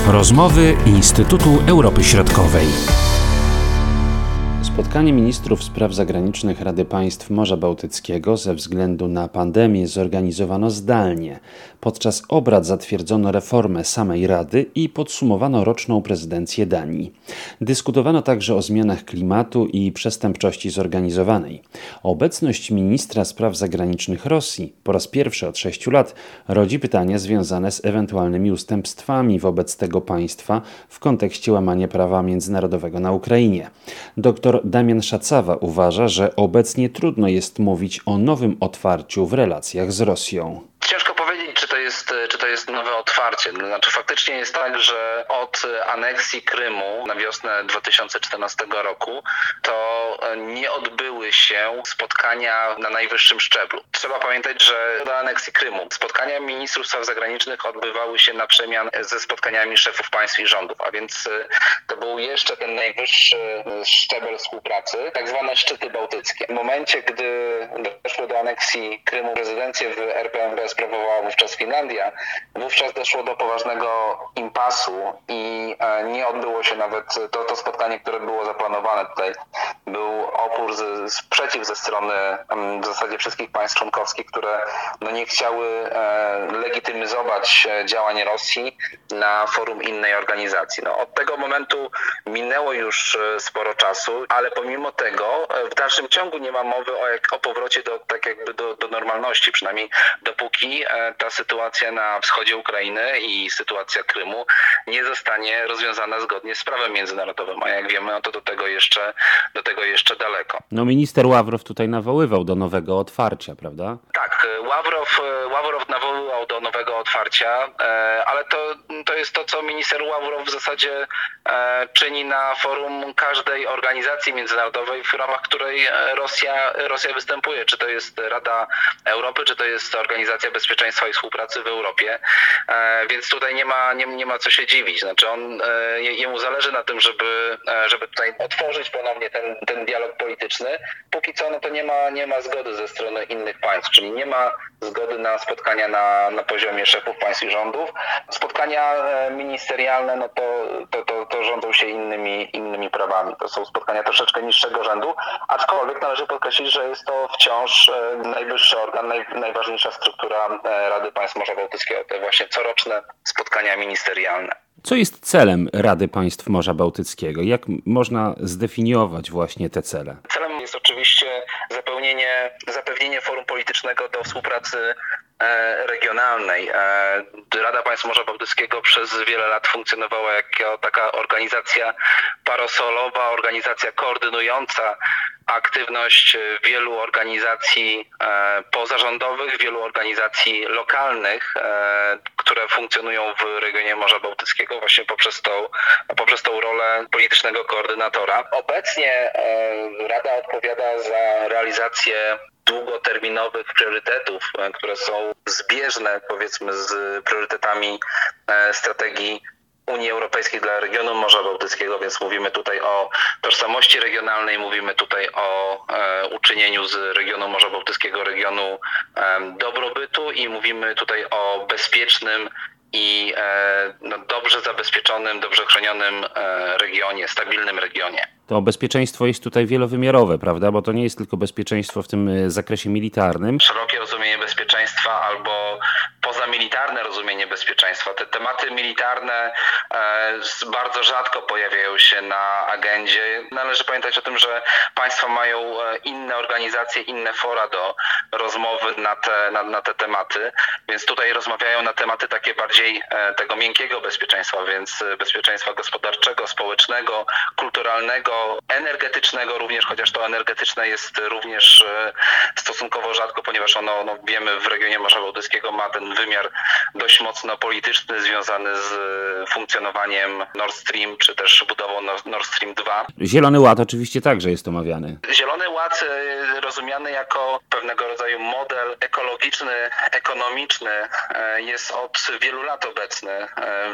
Rozmowy Instytutu Europy Środkowej. Spotkanie ministrów spraw zagranicznych Rady Państw Morza Bałtyckiego ze względu na pandemię zorganizowano zdalnie. Podczas obrad zatwierdzono reformę samej Rady i podsumowano roczną prezydencję Danii. Dyskutowano także o zmianach klimatu i przestępczości zorganizowanej. Obecność ministra spraw zagranicznych Rosji po raz pierwszy od 6 lat rodzi pytania związane z ewentualnymi ustępstwami wobec tego państwa w kontekście łamania prawa międzynarodowego na Ukrainie. Dr Damian Szacawa uważa, że obecnie trudno jest mówić o nowym otwarciu w relacjach z Rosją. Ciężko powiedzieć, czy to jest nowe otwarcie. Znaczy faktycznie jest tak, że od aneksji Krymu na wiosnę 2014 roku to nie odbyły się spotkania na najwyższym szczeblu. Trzeba pamiętać, że do aneksji Krymu spotkania ministrów spraw zagranicznych odbywały się na przemian ze spotkaniami szefów państw i rządów, a więc to był jeszcze ten najwyższy szczebel współpracy, tak zwane szczyty bałtyckie. W momencie, gdy doszło do aneksji Krymu, prezydencję w RPMW sprawowała wówczas Finlandia, wówczas doszło do poważnego impasu i nie odbyło się nawet to spotkanie, które było zaplanowane. Tutaj był opór, sprzeciw ze strony w zasadzie wszystkich państw członkowskich, które nie chciały legitymizować działań Rosji na forum innej organizacji. Od tego momentu minęło już sporo czasu, ale pomimo tego w dalszym ciągu nie ma mowy o powrocie do normalności, przynajmniej dopóki ta sytuacja na wschodzie Ukrainy i sytuacja Krymu nie zostanie rozwiązana zgodnie z prawem międzynarodowym, a jak wiemy, to do tego jeszcze daleko. Minister Ławrow tutaj nawoływał do nowego otwarcia, prawda? Tak, Ławrow nawoływał do nowego otwarcia, ale to jest to, co minister Ławrow w zasadzie czyni na forum każdej organizacji międzynarodowej, w ramach której Rosja występuje. Czy to jest Rada Europy, czy to jest Organizacja Bezpieczeństwa i Współpracy w Europie. Więc tutaj nie ma co się dziwić. Znaczy jemu zależy na tym, żeby tutaj otworzyć ponownie ten dialog polityczny. Póki co to nie ma zgody ze strony innych państw, czyli nie ma zgody na spotkania na poziomie szefów państw i rządów. Spotkania ministerialne to rządzą się innymi prawami. To są spotkania troszeczkę niższego rzędu, aczkolwiek należy podkreślić, że jest to wciąż najwyższy organ, najważniejsza struktura Rady Państw Morza Bałtyckiego, te właśnie coroczne spotkania ministerialne. Co jest celem Rady Państw Morza Bałtyckiego? Jak można zdefiniować właśnie te cele? Celem jest oczywiście zapewnienie forum politycznego do współpracy regionalnej. Rada Państw Morza Bałtyckiego przez wiele lat funkcjonowała jako taka organizacja parasolowa, organizacja koordynująca aktywność wielu organizacji pozarządowych, wielu organizacji lokalnych, które funkcjonują w regionie Morza Bałtyckiego właśnie poprzez tą rolę politycznego koordynatora. Obecnie Rada odpowiada za realizację długoterminowych priorytetów, które są zbieżne, powiedzmy, z priorytetami strategii Unii Europejskiej dla regionu Morza Bałtyckiego, więc mówimy tutaj o tożsamości regionalnej, mówimy tutaj o uczynieniu z regionu Morza Bałtyckiego regionu dobrobytu i mówimy tutaj o bezpiecznym i dobrze zabezpieczonym, dobrze chronionym regionie, stabilnym regionie. To bezpieczeństwo jest tutaj wielowymiarowe, prawda? Bo to nie jest tylko bezpieczeństwo w tym zakresie militarnym. Szerokie rozumienie bezpieczeństwa albo pozamilitarne rozumienie bezpieczeństwa. Te tematy militarne bardzo rzadko pojawiają się na agendzie. Należy pamiętać o tym, że państwa mają inne organizacje, inne fora do rozmowy na te tematy, więc tutaj rozmawiają na tematy takie bardziej tego miękkiego bezpieczeństwa, więc bezpieczeństwa gospodarczego, społecznego, kulturalnego, energetycznego również, chociaż to energetyczne jest również stosunkowo rzadko, ponieważ ono wiemy, w regionie Morza Bałtyckiego ma ten wymiar dość mocno polityczny związany z funkcjonowaniem Nord Stream, czy też budową Nord Stream 2. Zielony Ład oczywiście także jest omawiany. Zielony Ład rozumiany jako pewnego rodzaju model ekologiczny, ekonomiczny jest od wielu lat obecny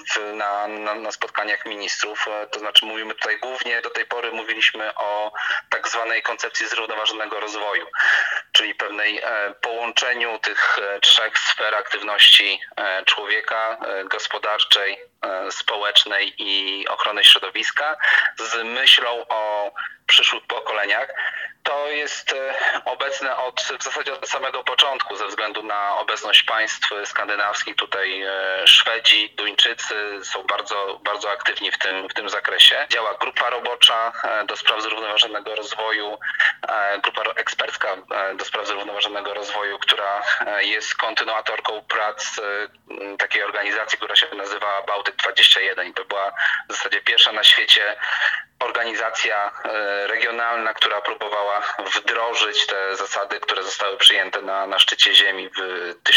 na spotkaniach ministrów. To znaczy mówimy tutaj głównie, do tej pory mówiliśmy o tak zwanej koncepcji zrównoważonego rozwoju. czyli pewnej połączeniu tych trzech sfer aktywności człowieka, gospodarczej, społecznej i ochrony środowiska z myślą o przyszłych pokoleniach. To jest obecne w zasadzie od samego początku ze względu na obecność państw skandynawskich. Tutaj Szwedzi, Duńczycy są bardzo, bardzo aktywni w tym zakresie. Działa grupa robocza do spraw zrównoważonego rozwoju, grupa ekspercka do spraw zrównoważonego rozwoju, która jest kontynuatorką prac takiej organizacji, która się nazywa Bałtyk 21 i to była w zasadzie pierwsza na świecie organizacja regionalna, która próbowała wdrożyć te zasady, które zostały przyjęte na szczycie Ziemi w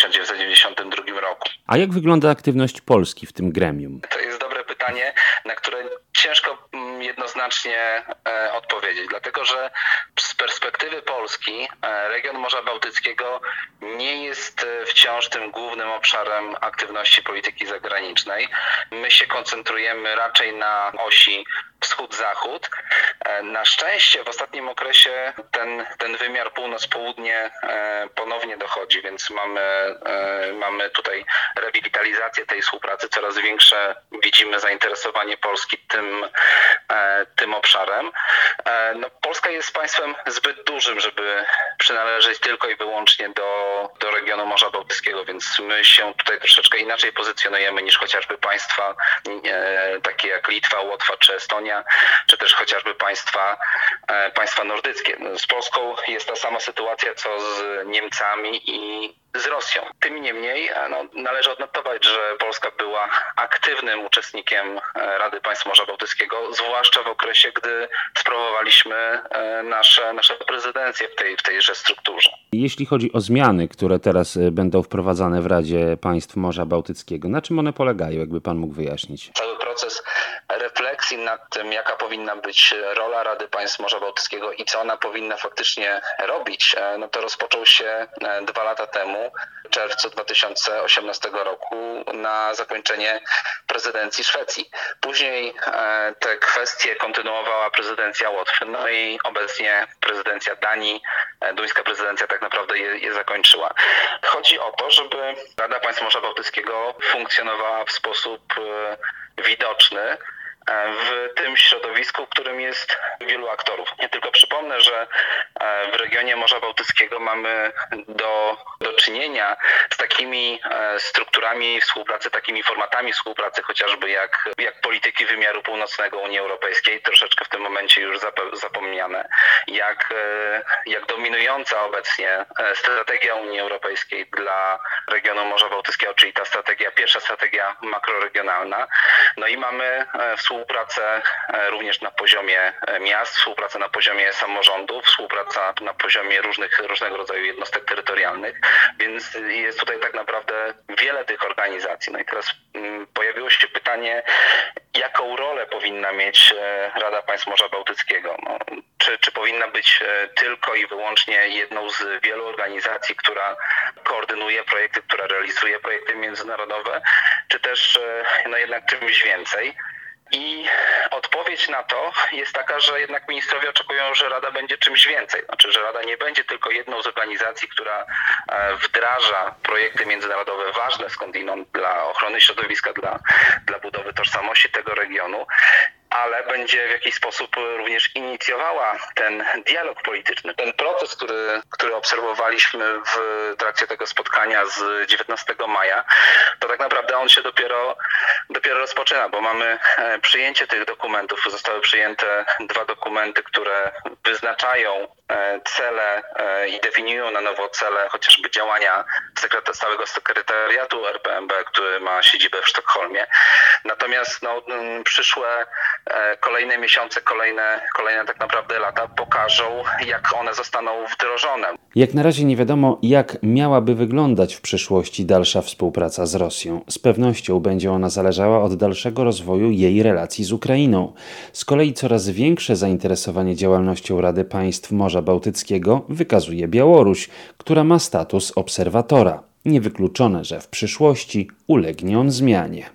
1992 roku. A jak wygląda aktywność Polski w tym gremium? To jest dobre pytanie, na które ciężko jednoznacznie odpowiedzieć, dlatego że z perspektywy Polski region Morza Bałtyckiego nie jest wciąż tym głównym obszarem aktywności polityki zagranicznej. My się koncentrujemy raczej na osi wschód-zachód. Na szczęście w ostatnim okresie ten wymiar północ-południe ponownie dochodzi, więc mamy tutaj rewitalizację tej współpracy. Coraz większe widzimy zainteresowanie Polski tym obszarem. Polska jest państwem zbyt dużym, żeby przynależeć tylko i wyłącznie do regionu Morza Bałtyckiego, więc my się tutaj troszeczkę inaczej pozycjonujemy niż chociażby państwa takie jak Litwa, Łotwa czy Estonia, czy też chociażby państwa nordyckie. Z Polską jest ta sama sytuacja co z Niemcami i z Rosją. Tym niemniej należy odnotować, że Polska była aktywnym uczestnikiem Rady Państw Morza Bałtyckiego, zwłaszcza w okresie, gdy sprawowaliśmy nasze prezydencje w tejże strukturze. Jeśli chodzi o zmiany, które teraz będą wprowadzane w Radzie Państw Morza Bałtyckiego, na czym one polegają, jakby pan mógł wyjaśnić? Cały proces refleksji nad tym, jaka powinna być rola Rady Państw Morza Bałtyckiego i co ona powinna faktycznie robić, to rozpoczął się 2 lata temu, w czerwcu 2018 roku, na zakończenie prezydencji Szwecji. Później te kwestie kontynuowała prezydencja Łotwy, i obecnie prezydencja Danii, duńska prezydencja tak naprawdę je zakończyła. Chodzi o to, żeby Rada Państw Morza Bałtyckiego funkcjonowała w sposób widoczny w tym środowisku, w którym jest wielu aktorów. Nie tylko przypomnę, że w regionie Morza Bałtyckiego mamy do czynienia z takimi strukturami współpracy, takimi formatami współpracy, chociażby jak polityki wymiaru północnego Unii Europejskiej, troszeczkę w tym momencie już zapomniane, jak dominująca obecnie strategia Unii Europejskiej dla regionu Morza Bałtyckiego, czyli ta pierwsza strategia makroregionalna. I mamy współpracę również na poziomie miast, współpracę na poziomie samorządów, współpraca na poziomie różnego rodzaju jednostek terytorialnych, więc jest tutaj tak naprawdę wiele tych organizacji. I teraz pojawiło się pytanie, jaką rolę powinna mieć Rada Państw Morza Bałtyckiego? Czy powinna być tylko i wyłącznie jedną z wielu organizacji, która koordynuje projekty, która realizuje projekty międzynarodowe, czy też jednak czymś więcej? I odpowiedź na to jest taka, że jednak ministrowie oczekują, że Rada będzie czymś więcej. Znaczy, że Rada nie będzie tylko jedną z organizacji, która wdraża projekty międzynarodowe ważne skądinąd dla ochrony środowiska, dla budowy tożsamości tego regionu, ale będzie w jakiś sposób również inicjowała ten dialog polityczny. Ten proces, który obserwowaliśmy w trakcie tego spotkania z 19 maja, to tak naprawdę on się dopiero rozpoczyna, bo mamy przyjęcie tych dokumentów. Zostały przyjęte 2 dokumenty, które wyznaczają cele i definiują na nowo cele chociażby działania stałego sekretariatu RPMB, który ma siedzibę w Sztokholmie. Natomiast przyszłe kolejne miesiące, kolejne tak naprawdę lata pokażą, jak one zostaną wdrożone. Jak na razie nie wiadomo, jak miałaby wyglądać w przyszłości dalsza współpraca z Rosją. Z pewnością będzie ona zależała od dalszego rozwoju jej relacji z Ukrainą. Z kolei coraz większe zainteresowanie działalnością Rady Państw Morza Bałtyckiego wykazuje Białoruś, która ma status obserwatora. Niewykluczone, że w przyszłości ulegnie on zmianie.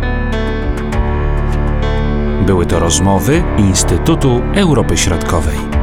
Były to rozmowy Instytutu Europy Środkowej.